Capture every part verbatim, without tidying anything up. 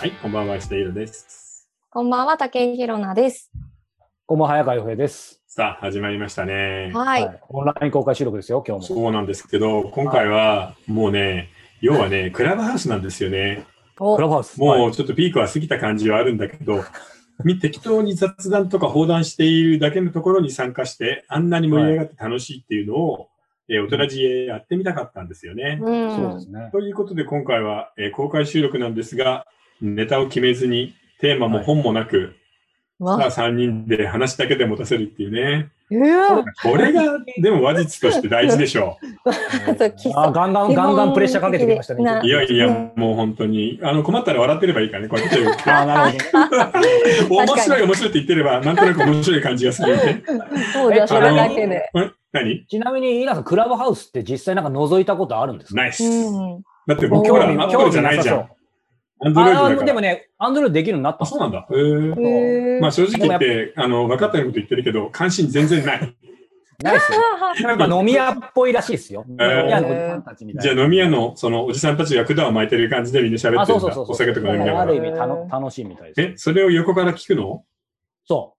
はい、こんばんは、石田ゆうです。 こんばんは、竹井ひろなです。 こんばんは、早川洋平です。 さあ、始まりましたね。 はい。はい、 オンライン公開収録ですよ、今日も。 そうなんですけど、今回はもうね、要はね、クラブハウスなんですよね。 クラブハウス。 もうちょっとピークは過ぎた感じはあるんだけど、適当に雑談とか放談しているだけのところに参加して、あんなに盛り上がって楽しいっていうのを、えー、おとらじへやってみたかったんですよね。 うん、 そうですね。 ということで今回は、えー、公開収録なんですが、ネタを決めずに、テーマも本もなく、はい、さあさんにんで話だけで持たせるっていうね。 うわこれが、でも話術として大事でしょう。 あガンガン、ガンガンプレッシャーかけてきましたね。 いやいや、もう本当に。あの、困ったら笑ってればいいからね。こうやって言って。 あなるほど。面白い面白いって言ってれば、なんとなく面白い感じがするよね。 そうじゃ、それだけで。 何ちなみに、イラさん、クラブハウスって実際なんか覗いたことあるんですか？ ないっす。だって僕ら、アップルじゃないじゃん。 アンドロイドだから。でもね、アンドロイドできるようになった。 あ、そうなんだ。へー。まあ正直言って、あの、分かったようなこと言ってるけど、関心全然ない。 ないっすよ。なんか飲み屋っぽいらしいですよ。飲み屋のおじさんたちみたいな。 じゃあ飲み屋の、そのおじさんたちが管を巻いてる感じでみんな喋ってるんだ。 あ、そうそうそう。 お酒とか飲みながら。 ある意味楽しいみたいです。 え、それを横から聞くの？ そう。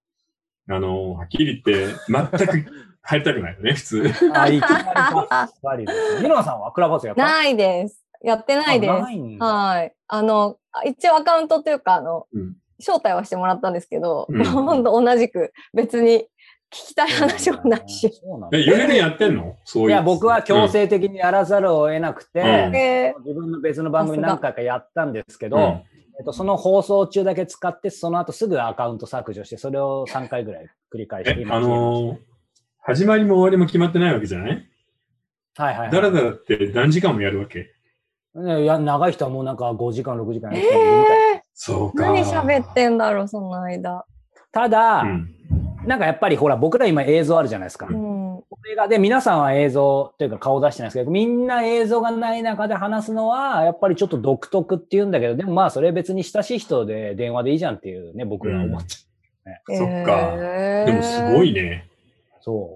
あの、はっきり言って、全く入りたくないよね、普通。 あ、いきなりバッリです。ひろなさんはクラブハウスやった？ ないです。やってないです。はい。あの、一応アカウントというか、あの、うん、招待はしてもらったんですけど、うん、ほんと同じく別に聞きたい話もないし。 え、ゆめみやってんの？そういう。 いや、僕は強制的にやらざるを得なくて、うん、自分の別の番組何回かやったんですけど、うん、えっと、その放送中だけ使って、その後すぐアカウント削除して、それをさんかいぐらい繰り返して、 今、あのー、始まりも終わりも決まってないわけじゃない？ はいはい、はい。 だらだらって何時間もやるわけ？ ね、いや長い人はもうなんかごじかん、ろくじかんやってるみたいな。えー、 そうか。 何喋ってんだろう、その間。 ただ、うん、なんかやっぱりほら、僕ら今映像あるじゃないですか。うん、これがで、皆さんは映像というか顔出してないですけど、みんな映像がない中で話すのは、やっぱりちょっと独特って言うんだけど、でもまあそれ別に親しい人で電話でいいじゃんっていうね、僕らは思っちゃう、ね。 うん、そっか。でもすごいね。 そう。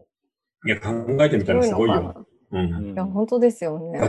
いや、考えてみたらすごいよ。 うん。いや、本当ですよね。 だって、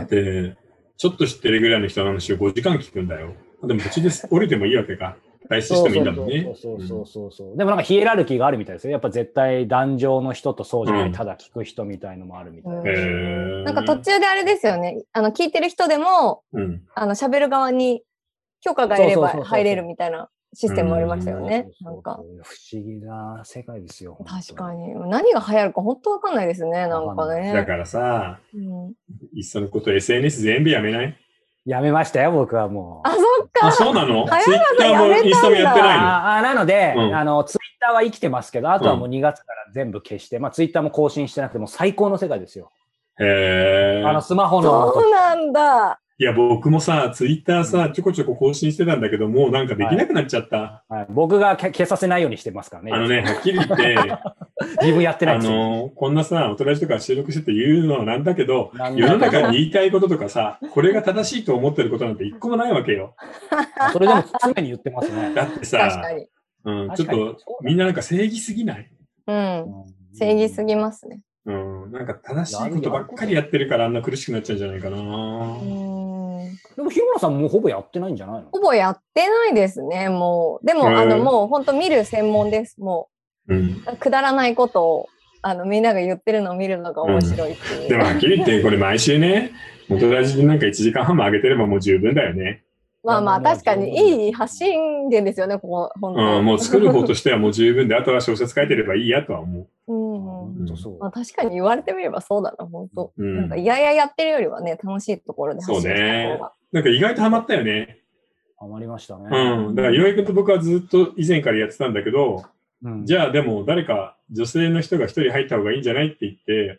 ちょっと知ってるぐらいの人の話をごじかん聞くんだよ。でも途中で降りてもいいわけか。退出してもいいんだもんね。 そうそうそうそう。でもなんかヒエラルキーがあるみたいですよ。やっぱ絶対壇上の人とそうじゃない、うん、ただ聞く人みたいのもあるみたいな。 へなんか途中であれですよね。あの聞いてる人でも、うん、あの喋る側に許可が得れば入れるみたいなシステムもありましたよね。なんか不思議な世界ですよ。 確かに。何が流行るか本当わかんないですね。なんかね。 だからさ、うん、いっそのこと エスエヌエス 全部やめない？ やめましたよ、僕はもう。 あ、そっか。 あ、そうなの？ ツイッターもインスタもやってないの？ あ、なので、うん、あの、ツイッターは生きてますけど、あとはもうにがつから全部消して、うん、まあツイッターも更新してなくても最高の世界ですよ。 へー。 あの、スマホの。 そうなんだ。 いや、僕もさ、ツイッターさ、ちょこちょこ更新してたんだけど、もうなんかできなくなっちゃった。 はいはい、僕が消させないようにしてますからね。 あのね、はっきり言って、 自分やってないんですよ。 あの、こんなさ、おとらじとか収録してて言うのはなんだけど、世の中に言いたいこととかさ、これが正しいと思ってることなんて一個もないわけよ。 それでも常に言ってますね。 だってさ、うん、ちょっとみんななんか正義すぎない？ うん。正義すぎますね。 うん、なんか正しいことばっかりやってるからあんな苦しくなっちゃうんじゃないかな。うんでも日村さんもうほぼやってないんじゃないの？ ほぼやってないですね、もう。でも、あの、もう本当見る専門です、もう。うん、くだらないことを、あの、みんなが言ってるのを見るのが面白いっていう。 うん、でもはっきり言って、これ毎週ね、元ラジでなんかいちじかんはんも上げてればもう十分だよね。 まあまあ、確かにいい発信源ですよね、ここ、本当。 うん、もう作る方としてはもう十分で、あとは小説書いてればいいやとは思う。 うんうん、まあ、確かに言われてみればそうだな、本当、うん、なんかいやいややってるよりはね、楽しいところで発信した方が。そうね。 なんか意外とハマったよね。 ハマりましたね。 うん。だから、岩井君と僕はずっと以前からやってたんだけど、うん、じゃあでも誰か女性の人が一人入った方がいいんじゃないって言って、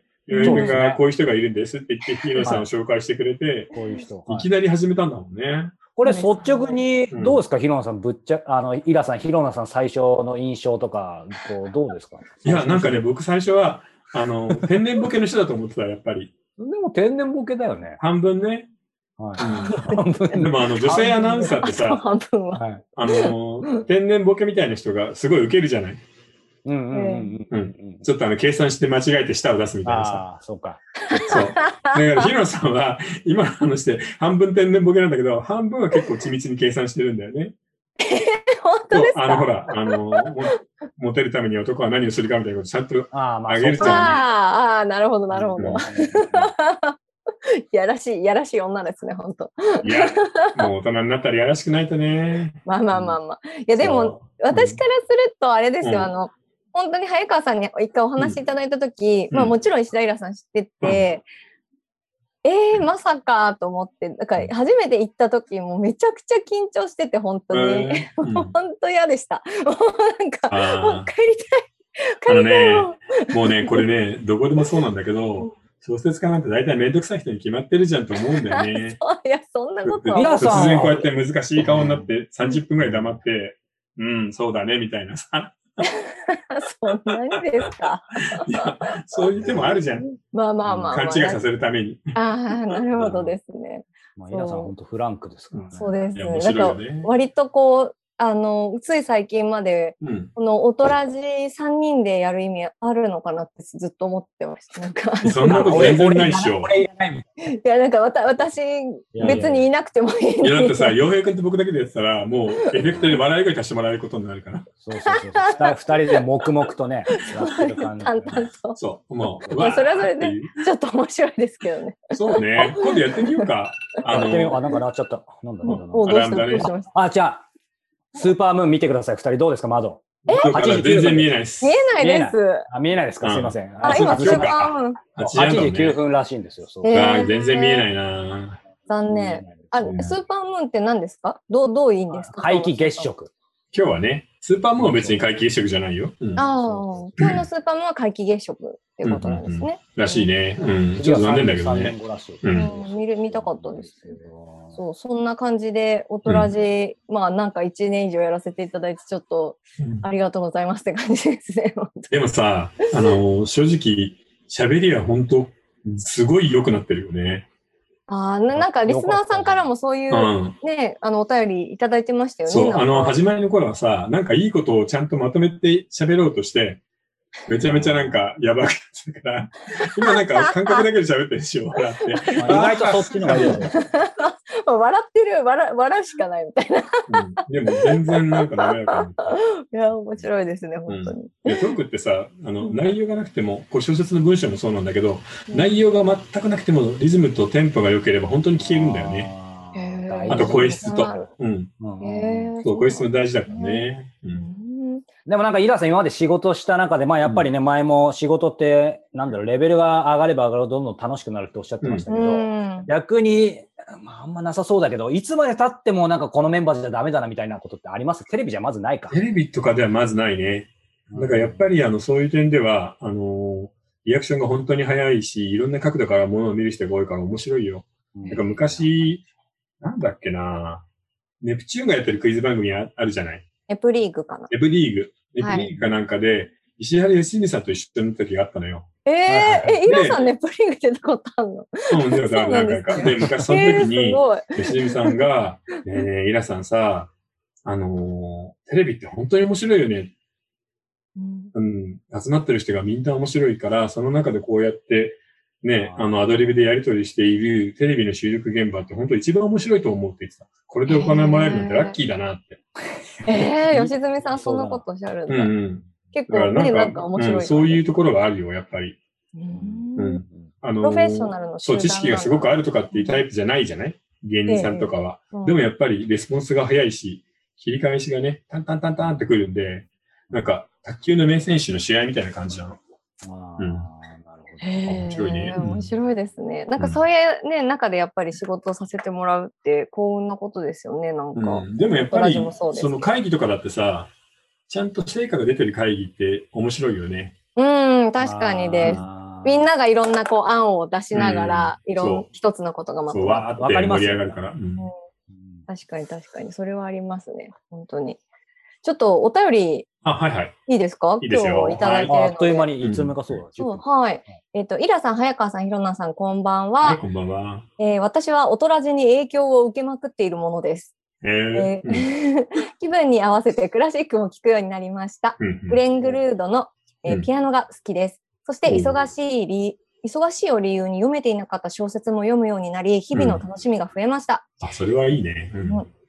岩井君がこういう人がいるんですって言って、ヒーローさんを紹介してくれて、 こういう人。 いきなり始めたんだもんね。 これ率直にどうですか、うん、ヒロナさん、ぶっちゃ、あの、イラさん、ヒロナさん最初の印象とか、こう、どうですか？ いや、なんかね、僕最初は、あの、天然ボケの人だと思ってた、やっぱり。 でも天然ボケだよね。 半分ね。はい。うん、でも、あの、女性アナウンサーってさ、 半分は。 あの、天然ボケみたいな人がすごいウケるじゃない。 うんうんうんうん。 ちょっとあの、計算して間違えて舌を出すみたいなさ。 ああ、そうか。 そう。だから、ヒロさんは、今の話で半分天然ボケなんだけど、半分は結構緻密に計算してるんだよね。 本当ですか？ あの、ほら、あの、モテるために男は何をするかみたいなことちゃんとあげるじゃん。 ああ、なるほど、なるほど。やらしい、やらしい女ですね、本当。 いや、もう大人になったらやらしくないとね。 まあまあまあまあ。いや、でも、私からすると、あれですよ、あの、本当に早川さんに一回お話しいただいたとき、まあもちろん石田イラさん知ってて、えー、まさかと思って、だから初めて行った時もめちゃくちゃ緊張してて、本当に。えーうん、本当嫌でした。もうなんか、もう帰りたい。帰りたいよ。 あのね、もうね、これね、どこでもそうなんだけど、小説家なんて大体めんどくさい人に決まってるじゃんと思うんだよね。 そういや、そんなことは。 突然こうやって難しい顔になってさんじゅっぷんぐらい黙って、うん、そうだね、みたいなさ。 そんなにですか？ いや、そういう手もあるじゃん。 まあまあまあ、まあ。 勘違いさせるために。 ああ、なるほどですね。 まあ、イラさん本当フランクですからね。 そうですね。 面白いよね。 なんか割とこう、あの、つい最近まで、うん、このオトラジさんにんでやる意味あるのかなってずっと思ってました。なんかそんなこと全然ないっしょ。 いや、なんかわた私、別にいなくてもいい。 いや、だってさ、洋平君と僕だけでやってたら、もうエフェクトで笑い声足してもらえることになるから。 そうそうそう。二人で黙々とね、やってる感じ。 淡々と。 そう、もう。 いや、それはそれで、ちょっと面白いですけどね。 そうね。今度やってみようか。 あの、やってみよう。あ、なんかなっちゃった。なんだなんだどうしたの？ あ、じゃあ。スーパームーン見てください。二人どうですか、窓。 え全然見えないです。 見えないです。 あ、見えないですか、すいません。 あ、今、スーパームーン。 はちじきゅうふんらしいんですよ。 全然見えないな。 残念。あ、スーパームーンって何ですか？どう、どういいんですか？ 皆既月食。 今日はね、スーパームーンは別に皆既月食じゃないよ。 ああ、今日のスーパームーンは皆既月食っていうことなんですね。 らしいね。うん。ちょっと残念だけどね。 見る、見たかったです。そう、そんな感じで、オトラジ、まあなんかいちねん以上やらせていただいて、ちょっとありがとうございますって感じですね。 でもさ、あの、正直、喋りは本当すごい良くなってるよね。 ああ、なんかリスナーさんからもそういうね、あの、お便りいただいてましたよね。 そう、あの、始まりの頃はさ、なんかいいことをちゃんとまとめて喋ろうとして、めちゃめちゃなんかやばかったから、今なんか感覚だけで喋ってるでしょ、笑って。 意外とそっちの方がいいよね。 笑ってる、笑、笑うしかないみたいな。 うん、でも全然なんかダメだから。 いや、面白いですね、本当に。 うん、いやトークってさ、あの、内容がなくても、こう小説の文章もそうなんだけど、うん、内容が全くなくてもリズムとテンポが良ければ本当に聞けるんだよね。あと声質と。うん。そう、声質も大事だからね。うん、 でもなんか、イラさん今まで仕事した中で、まあやっぱりね、前も仕事って、なんだろう、レベルが上がれば上がるほどどんどん楽しくなるっておっしゃってましたけど、うん、逆に、まああんまなさそうだけど、いつまで経ってもなんかこのメンバーじゃダメだなみたいなことってあります？テレビじゃまずないか。 テレビとかではまずないね。だからやっぱりあの、そういう点では、あの、リアクションが本当に早いし、いろんな角度からものを見る人が多いから面白いよ。うん、なんか昔、なんだっけなネプチューンがやってるクイズ番組あるじゃない？ ネプリーグかな。 ネプリーグ。ネプリーグかなんかで、はい、石原良純さんと一緒になった時があったのよ。 えー、え、イラさんネプリーグ出たことあるの？ うん、出たことある何回か。で、昔その時に、良純さんが、ねえねえ、イラさんさ、あのー、テレビって本当に面白いよね。うん、うん。集まってる人がみんな面白いから、その中でこうやって、ね、あの、アドリブでやり取りしているテレビの収録現場って本当一番面白いと思うって言ってた。これでお金もらえるなんてラッキーだなって。 ええー、吉住さんそんなことおっしゃるんだ。うんうん、結構ね、なんか面白い、 うん。そういうところがあるよ、やっぱり。うん。あのー、 プロフェッショナルのそう、知識がすごくあるとかっていうタイプじゃないじゃない芸人さんとかは、えーうん。でもやっぱりレスポンスが早いし、切り返しがね、タンタンタンタンってくるんで、なんか、卓球の名選手の試合みたいな感じなの。うん。 面白いね。面白いですね。なんかそういうね、中でやっぱり仕事をさせてもらうって幸運なことですよね、なんか。 うん、でもやっぱり、その会議とかだってさ、ちゃんと成果が出てる会議って面白いよね。 うん、確かにです。みんながいろんなこう案を出しながら、うん、いろん一つのことがまとまって。 わーって盛り上がるから。うんうん、確かに確かに。それはありますね。本当に。ちょっとお便り、 あ、はいはい。 いいですか？ いいですよ。 今日いただいてるので。 あっという間にいつ目かそうだ。 そう、はい。えっと、イラさん、早川さん、ひろなさん、こんばんは。 はい、こんばんは。 えー、私はオトラジに影響を受けまくっているものです。 えーえー、気分に合わせてクラシックも聴くようになりました。グレン・グルードの、えー、ピアノが好きです。そして、忙しい理、忙しいを理由に読めていなかった小説も読むようになり、日々の楽しみが増えました。 うん、あ、それはいいね。うん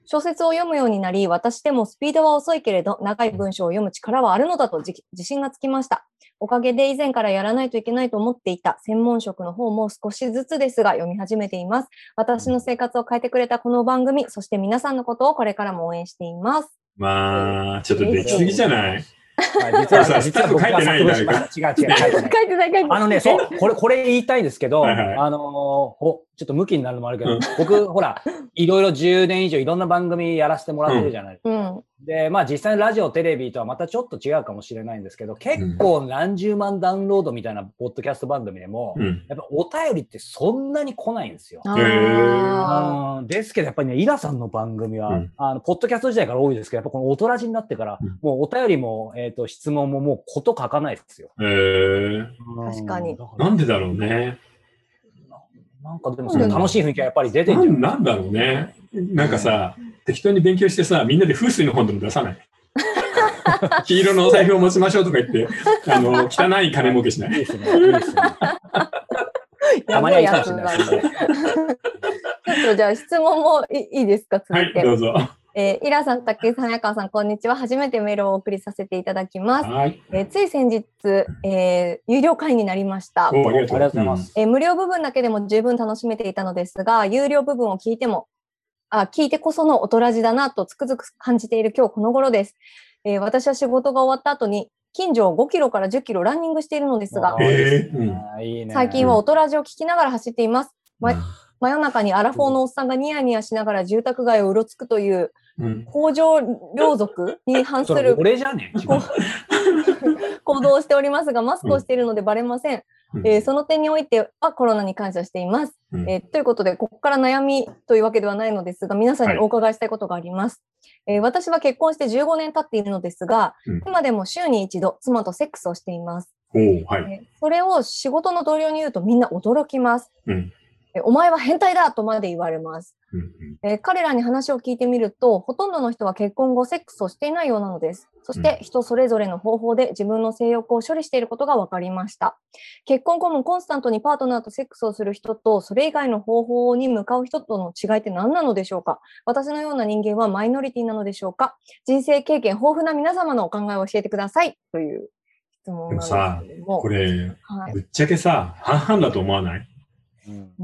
小説を読むようになり、私でもスピードは遅いけれど、長い文章を読む力はあるのだと自信がつきました。おかげで以前からやらないといけないと思っていた専門職の方も少しずつですが読み始めています。私の生活を変えてくれたこの番組、そして皆さんのことをこれからも応援しています。 まあ、ちょっとできすぎじゃない？ 実はさ、 スタッフ書いてないんだよ。違う違う、 書いてない。書いてない、書いてない。あのね、そう、これ、これ言いたいんですけど、はいはい、あのー、お、ちょっと向きになるのもあるけど、うん、僕、ほら、いろいろじゅうねん以上いろんな番組やらせてもらってるじゃないですか。うん、で、まあ実際ラジオ、テレビとはまたちょっと違うかもしれないんですけど、結構何十万ダウンロードみたいなポッドキャスト番組でも、うん、やっぱお便りってそんなに来ないんですよ。へうん、ですけど、やっぱりね、イラさんの番組は、うん、あの、ポッドキャスト時代から多いですけど、やっぱこのおとらじになってから、うん、もうお便りも、えっと、質問ももうこと書かないですよ。 へー。 確かに。 なんでだろうね。 なんかでもその楽しい雰囲気がやっぱり出てるんじゃない？ なんだろうね。なんかさ、うん、適当に勉強してさ、みんなで風水の本でも出さない。黄色のお財布を持ちましょうとか言って、あの、汚い金儲けしない。いいですね。いいですね。 たまにはいいかもしれないですね。ちょっとじゃあ質問もいいですか？続いて。 はい、どうぞ。 えー、イラさん、たけさん、早川さん、こんにちは。初めてメールをお送りさせていただきます。はいえー、つい先日、えー、有料会員になりました。 ありがとうございます。 えー、無料部分だけでも十分楽しめていたのですが、有料部分を聞いても、あ、聞いてこそのおとらじだなとつくづく感じている今日この頃です。えー、私は仕事が終わった後に、近所をごキロからじゅっキロランニングしているのですが、 えー、最近はおとらじを聞きながら走っています。ま真夜中にアラフォーのおっさんがニヤニヤしながら住宅街をうろつくという、工場領族に反する俺じゃね行動をしておりますが、マスクをしているのでバレません。うんえー、その点においてはコロナに感謝しています。うんえー、ということで、ここから悩みというわけではないのですが、皆さんにお伺いしたいことがあります。はいえー、私は結婚してじゅうごねん経っているのですが、うん、今でも週に一度妻とセックスをしています。 おーはいえー、それを仕事の同僚に言うとみんな驚きます。うんお前は変態だとまで言われます、うんうんえー。彼らに話を聞いてみると、ほとんどの人は結婚後セックスをしていないようなのです。そして人それぞれの方法で自分の性欲を処理していることが分かりました。結婚後もコンスタントにパートナーとセックスをする人と、それ以外の方法に向かう人との違いって何なのでしょうか？私のような人間はマイノリティなのでしょうか？人生経験豊富な皆様のお考えを教えてくださいという質問なんですけども。 でもさ、これ、はい、ぶっちゃけさ、半々だと思わない？うん、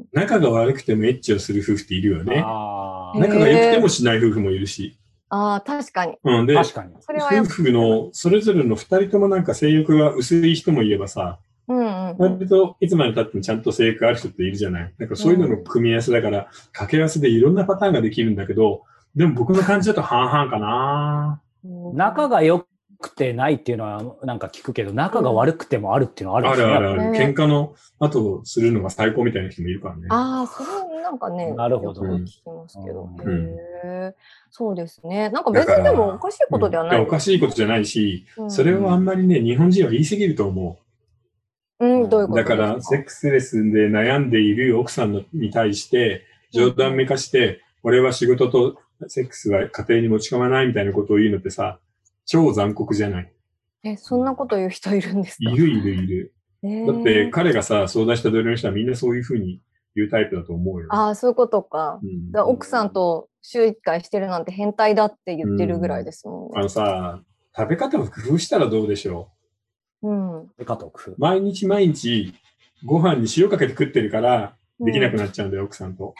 仲が悪くてもエッチをする夫婦っているよね。仲が良くてもしない夫婦もいるし。 ああ、確かに。 うん、で、 確かに夫婦のそれぞれの二人ともなんか性欲が薄い人もいればさ、うんうんうん、割といつまで経ってもちゃんと性欲ある人っているじゃない。なんかそういうのの組み合わせだから、うん、掛け合わせでいろんなパターンができるんだけど、でも僕の感じだと半々かな。 仲が良くてないっていうのはなんか聞くけど、仲が悪くてもあるっていうのはあるんですね。 あるあるある。喧嘩の後するのが最高みたいな人もいるからね。 ああ、それなんかね、 なるほど。 よく聞きますけど。うん、へそうですね。なんか別にでもおかしいことではない。 うん、おかしいことじゃないし、うん、それをあんまりね、日本人は言い過ぎると思う。うん、どういうことですか？ だから、セックスレスで悩んでいる奥さんに対して、冗談めかして、うん、俺は仕事とセックスは家庭に持ち込まないみたいなことを言うのってさ、超残酷じゃない？ え、そんなこと言う人いるんですか？ いるいるいる。えー、だって彼がさ、相談した同僚の人はみんなそういうふうに言うタイプだと思うよ。 ああ、そういうことか。うん、だから奥さんと週一回してるなんて変態だって言ってるぐらいですもんね。 うん、あのさ、食べ方を工夫したらどうでしょう。うん。 食べ方を工夫。 毎日毎日ご飯に塩かけて食ってるからできなくなっちゃうんだよ、うん、奥さんと。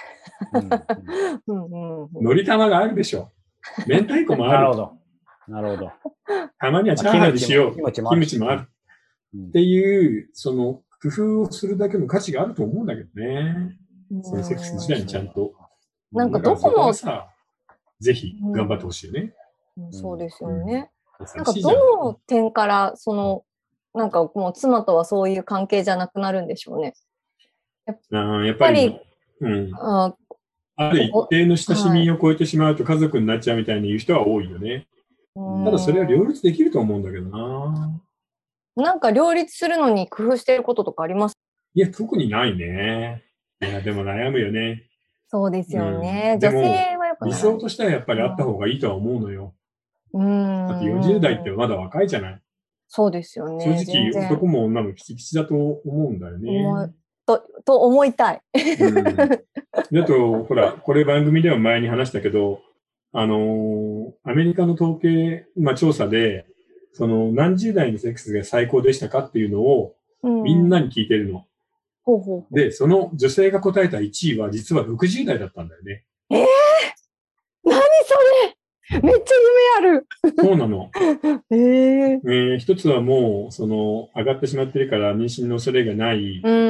のり玉があるでしょ。明太子もある。 なるほど。なるほど。 たまにはチャーハンにしよう。キムチもある。っていう、その、工夫をするだけの価値があると思うんだけどね。そのセックス時代にちゃんと。 なんかどこもさ、ぜひ頑張ってほしいよね、 うんうん。そうですよね。うん、なんかどの点から、その、なんかもう妻とはそういう関係じゃなくなるんでしょうね。 やっぱり、やっぱりうん、あ, ある一定の親しみを超えてしまうと家族になっちゃうみたいに言う人は多いよね。ただそれは両立できると思うんだけどな。 なんか両立するのに工夫してることとかあります？ いや、特にないね。いや、でも悩むよね。 そうですよね。うん、女性はやっぱ理想としてはやっぱりあった方がいいとは思うのよ。うん。だってよんじゅう代ってまだ若いじゃない。 そうですよね。 正直男も女もピチピチだと思うんだよね。 と思いたい。 うん、だと、ほら、これ番組では前に話したけど、あのー、アメリカの統計、まあ、調査で、その何十代のセックスが最高でしたかっていうのをみんなに聞いてるの。うん、 ほうほうほう。 で、その女性が答えたいちいは実はろくじゅう代だったんだよね。 えー、何それめっちゃ夢ある。 そうなの。 えー、 えー、一つはもう、その、上がってしまってるから妊娠の恐れがない。 うん、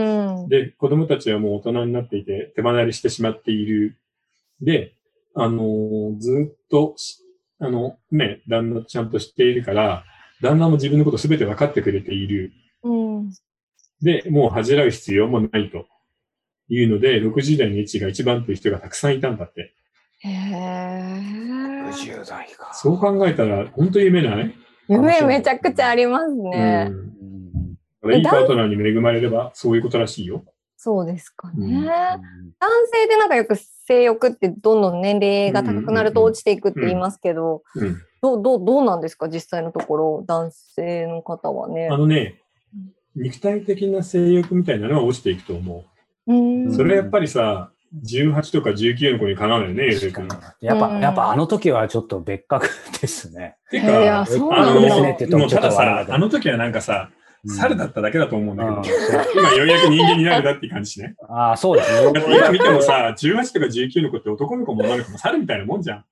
で、子供たちはもう大人になっていて手離れしてしまっている。で、あのー、ずっと、あの、ね、旦那ちゃんと知っているから、旦那も自分のことすべて分かってくれている。 うん、 で、もう恥じらう必要もないというので、ろくじゅう代の位置が一番という人がたくさんいたんだって。 へー。 ろくじゅう代か。 そう考えたら、本当に夢ない？ 夢めちゃくちゃありますね。 うん、いいパートナーに恵まれれば、そういうことらしいよ。 そうですかね。うん、男性でなんかよく性欲ってどんどん年齢が高くなると落ちていくって言いますけど、うんうん、どう、どう、どうなんですか実際のところ、男性の方はね。 あのね、肉体的な性欲みたいなのは落ちていくと思う。うん、それやっぱりさ、じゅうはちとかじゅうきゅうの子にかなわないよね、 やっぱ、やっぱあの時はちょっっと別格ですね。 てか、いやそうなんですねって言うとたださ、あの時はなんかさ、猿だっただけだと思うんだけど、うん、今ようやく人間になるだっていう感じしね。 ああ、そうですね。 だって今見てもさ、じゅうはちとかじゅうきゅうの子って男の子も女の子も猿みたいなもんじゃん。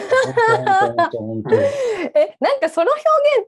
え、なんかその表現って、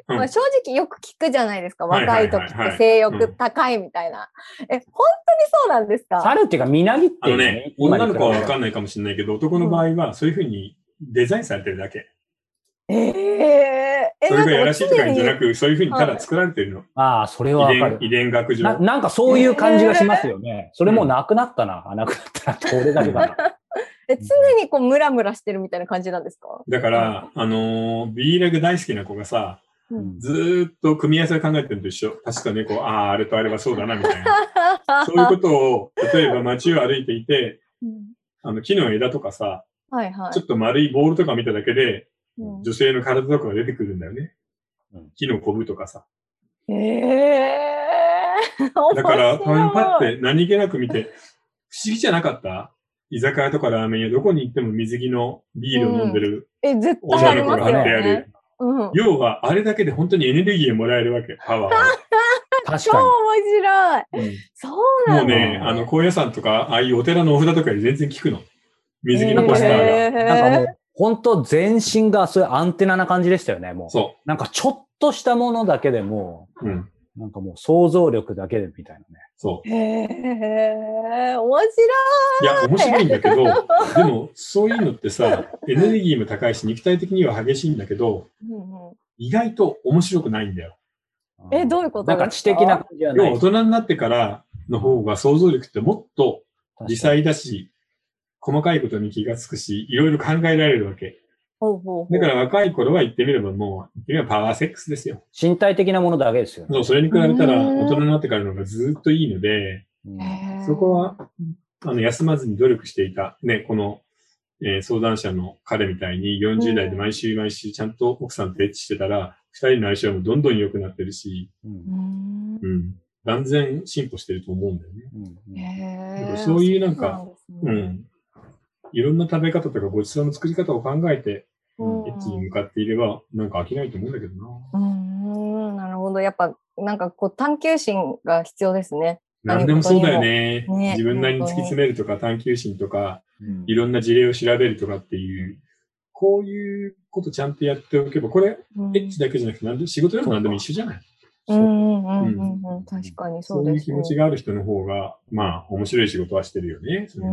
うん、まあ、正直よく聞くじゃないですか。若い時って性欲高いみたいな。え、本当にそうなんですか？ 猿っていうか、みなぎってる、ね。あのね、女の子はわかんないかもしれないけど、男の場合はそういうふうにデザインされてるだけ。 ええー、 それがやらしいとかじゃなく、そういうふうにただ作られてるの。はい、 ああ、それはわかる。 遺伝学上な。なんかそういう感じがしますよね。えー、それもうなくなったな。うん、なくなったなって俺だけだな。 え、常にこうムラムラしてるみたいな感じなんですか？ だから、あのー、ビーレグ大好きな子がさ、うん、ずーっと組み合わせを考えてるのと一緒。確かね、こう、ああ、あれとあれはそうだな、みたいな。そういうことを、例えば街を歩いていて、うん、あの、木の枝とかさ、はいはい、ちょっと丸いボールとか見ただけで、うん、女性の体とかが出てくるんだよね。うん、木のコブとかさ。 ええー、 だから、パって何気なく見て、不思議じゃなかった？居酒屋とかラーメン屋、どこに行っても水着のビールを飲んでる女の子が貼ってある。うん、要は、あれだけで本当にエネルギーをもらえるわけ、パワーを。 確かに。 超面白い。うん、そうなんだ、ね。 もうね、あの、高野山とか、ああいうお寺のお札とかより全然効くの。水着のポスターが。 えー、なんかもう、本当全身がそういうアンテナな感じでしたよね、もう。 そう。 なんかちょっとしたものだけでも、うん、なんかもう想像力だけでみたいなね。 そう。 へえ、面白い。 いや、面白いんだけど、でも、そういうのってさ、エネルギーも高いし、肉体的には激しいんだけど、うんうん、意外と面白くないんだよ。 え、どういうことですか？ なんか知的な感じはない。 要は大人になってからの方が想像力ってもっと微細だし、細かいことに気がつくし、いろいろ考えられるわけ。ほうほうほう。だから若い頃は言ってみればもう、言ってみればパワーセックスですよ。 身体的なものだけですよね。 そう、それに比べたら大人になってからの方がずっといいので、そこは、あの、休まずに努力していた、ね、この、えー、相談者の彼みたいによんじゅう代で毎週毎週ちゃんと奥さんとエッチしてたら、二人の相性もどんどん良くなってるし、うん。うん。断然進歩してると思うんだよね。うん、へー、そういうなんか、う、ね、うん。いろんな食べ方とかごちそうの作り方を考えて、うん、エッチに向かっていれば、なんか飽きないと思うんだけどな。 うん、なるほど。やっぱ、なんかこう探求心が必要ですね。 何でもそうだよね。ね、自分なりに突き詰めるとか探求心とか、うん、いろんな事例を調べるとかっていう、こういうことちゃんとやっておけば、これ、うん、エッチだけじゃなくて何で、仕事でも何でも一緒じゃない？ うんうんうんうん、確かにそうです、ね。 そういう気持ちがある人の方が、まあ、面白い仕事はしてるよね。 うん、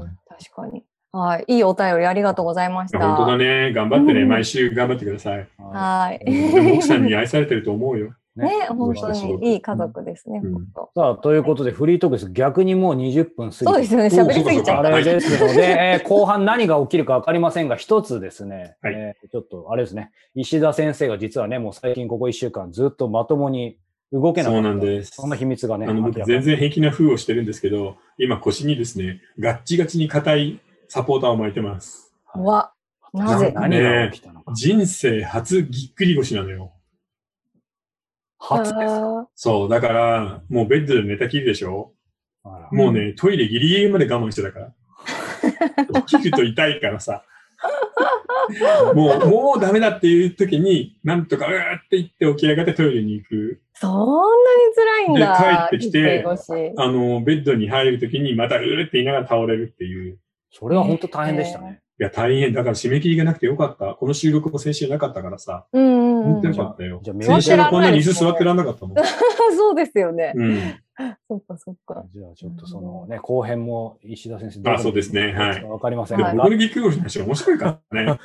確かに。はい。いいお便りありがとうございました。 本当だね。頑張ってね。毎週頑張ってください。 はい。 でも奥さんに愛されてると思うよ。 ね、本当にいい家族ですね。うん、 さあ、ということで、フリートークです。逆にもうにじゅっぷん過ぎて。 そうですよね。喋りすぎちゃった。 あれですので、えー、後半何が起きるかわかりませんが、一つですね、はい、えー、ちょっと、あれですね、石田先生が実はね、もう最近ここいっしゅうかんずっとまともに動けなかった。 そうなんです。 そんな秘密がね。 あの、僕全然平気な風をしてるんですけど、今腰にですね、ガッチガチに硬いサポーターを巻いてます。 うわ、なぜ？ 何が起きたのか。 人生初ぎっくり腰なのよ。 初ですか？ そう、だから、もうベッドで寝たきりでしょ？ もうね、トイレギリギリまで我慢してたから。起きると痛いからさ。もう、もうダメだっていう時に、なんとかうーって言って起き上がってトイレに行く。 そんなに辛いんだ。 で、帰ってきて、あの、ベッドに入る時にまたうーって言いながら倒れるっていう。 それは本当大変でしたね。 いや、大変。だから締め切りがなくてよかった。この収録も先週なかったからさ。 うんうんうん。 本当よかったよ。 じゃあ先週はこんなに椅子座ってらんなかったもん。 そうですよね。 うん。 そっかそっか。 じゃあちょっとそのね、後編も石田先生あ、そうですね。はい。 わかりませんが。 僕のギックゴルフの話面白いからね。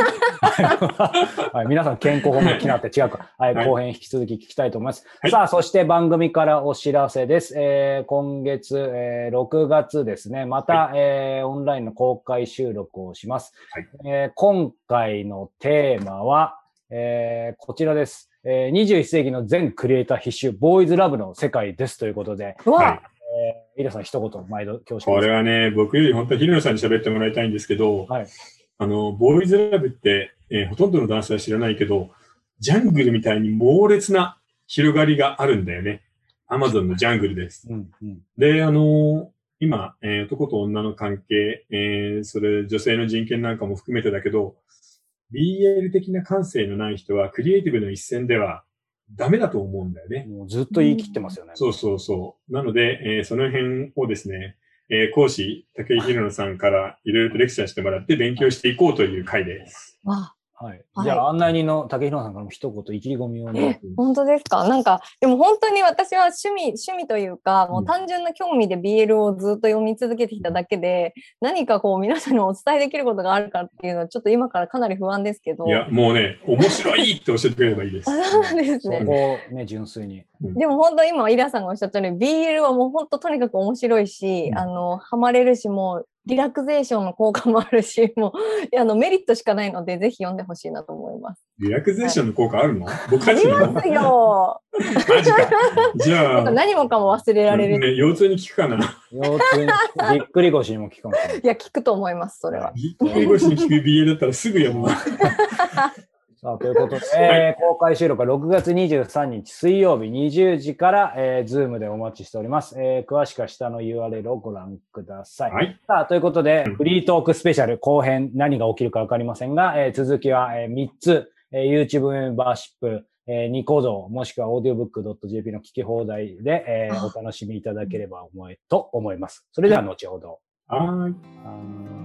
はい、皆さん健康法も気になって違うか。はい、後編引き続き聞きたいと思います。はい、さあ、そして番組からお知らせです。えー、今月、えー、ろくがつですね、また、はい、えー、オンラインの公開収録をします。はい、えー、今回のテーマは、えー、こちらです。えー、にじゅういっ世紀の全クリエイター必修、ボーイズラブの世界ですということで、はい、えー、イラさん一言、毎度恐縮です。 これはね、僕より本当はヒロさんに喋ってもらいたいんですけど、はい、あの、ボーイズラブって、えー、ほとんどの男性は知らないけど、ジャングルみたいに猛烈な広がりがあるんだよね。アマゾンのジャングルです。うんうん、で、あのー、今、えー、男と女の関係、えー、それ女性の人権なんかも含めてだけど、ビーエル 的な感性のない人はクリエイティブの一線ではダメだと思うんだよね。 もうずっと言い切ってますよね。 そうそうそう。なので、えー、その辺をですね、えー、講師、武井宏乃さんからいろいろとレクチャーしてもらって勉強していこうという回です。 わはい。じゃあ、案内人の武井宏さんからも一言意気込みをね。 本当ですか？なんか、でも本当に私は趣味、趣味というか、もう単純な興味で ビーエル をずっと読み続けてきただけで、何かこう皆さんにお伝えできることがあるかっていうのはちょっと今からかなり不安ですけど。 いや、もうね、面白いって教えてくれればいいです。 そうですね。 そこね、純粋に。 でも本当今、イラさんがおっしゃったように、ビーエル はもう本当とにかく面白いし、うん、あの、ハマれるし、もう、リラクゼーションの効果もあるし、もう、あの、メリットしかないので、ぜひ読んでほしいなと思います。 リラクゼーションの効果あるの？はい、僕たちの？ありますよ。 マジか。じゃあ。 何もかも忘れられる。 ね、腰痛に効くかな。 腰痛に、ぎっくり腰にも効くかもしれない。 いや、効くと思います、それは。 ぎっくり腰に効く ビーエル だったらすぐ読むわ。 さあ、ということで、えー、公開収録はろくがつにじゅうさんにち水曜日にじゅうじから、えー、Zoom でお待ちしております。えー、詳しくは下の ユーアールエル をご覧ください。はい、さあ、ということで、フリートークスペシャル後編何が起きるかわかりませんが、えー、続きは、えー、みっつ、えー、YouTube メンバーシップ、えー、ニコ動、もしくは オーディオブックドットジェーピー の聞き放題で、えー、お楽しみいただければ思いと思います。それでは後ほど。 はい。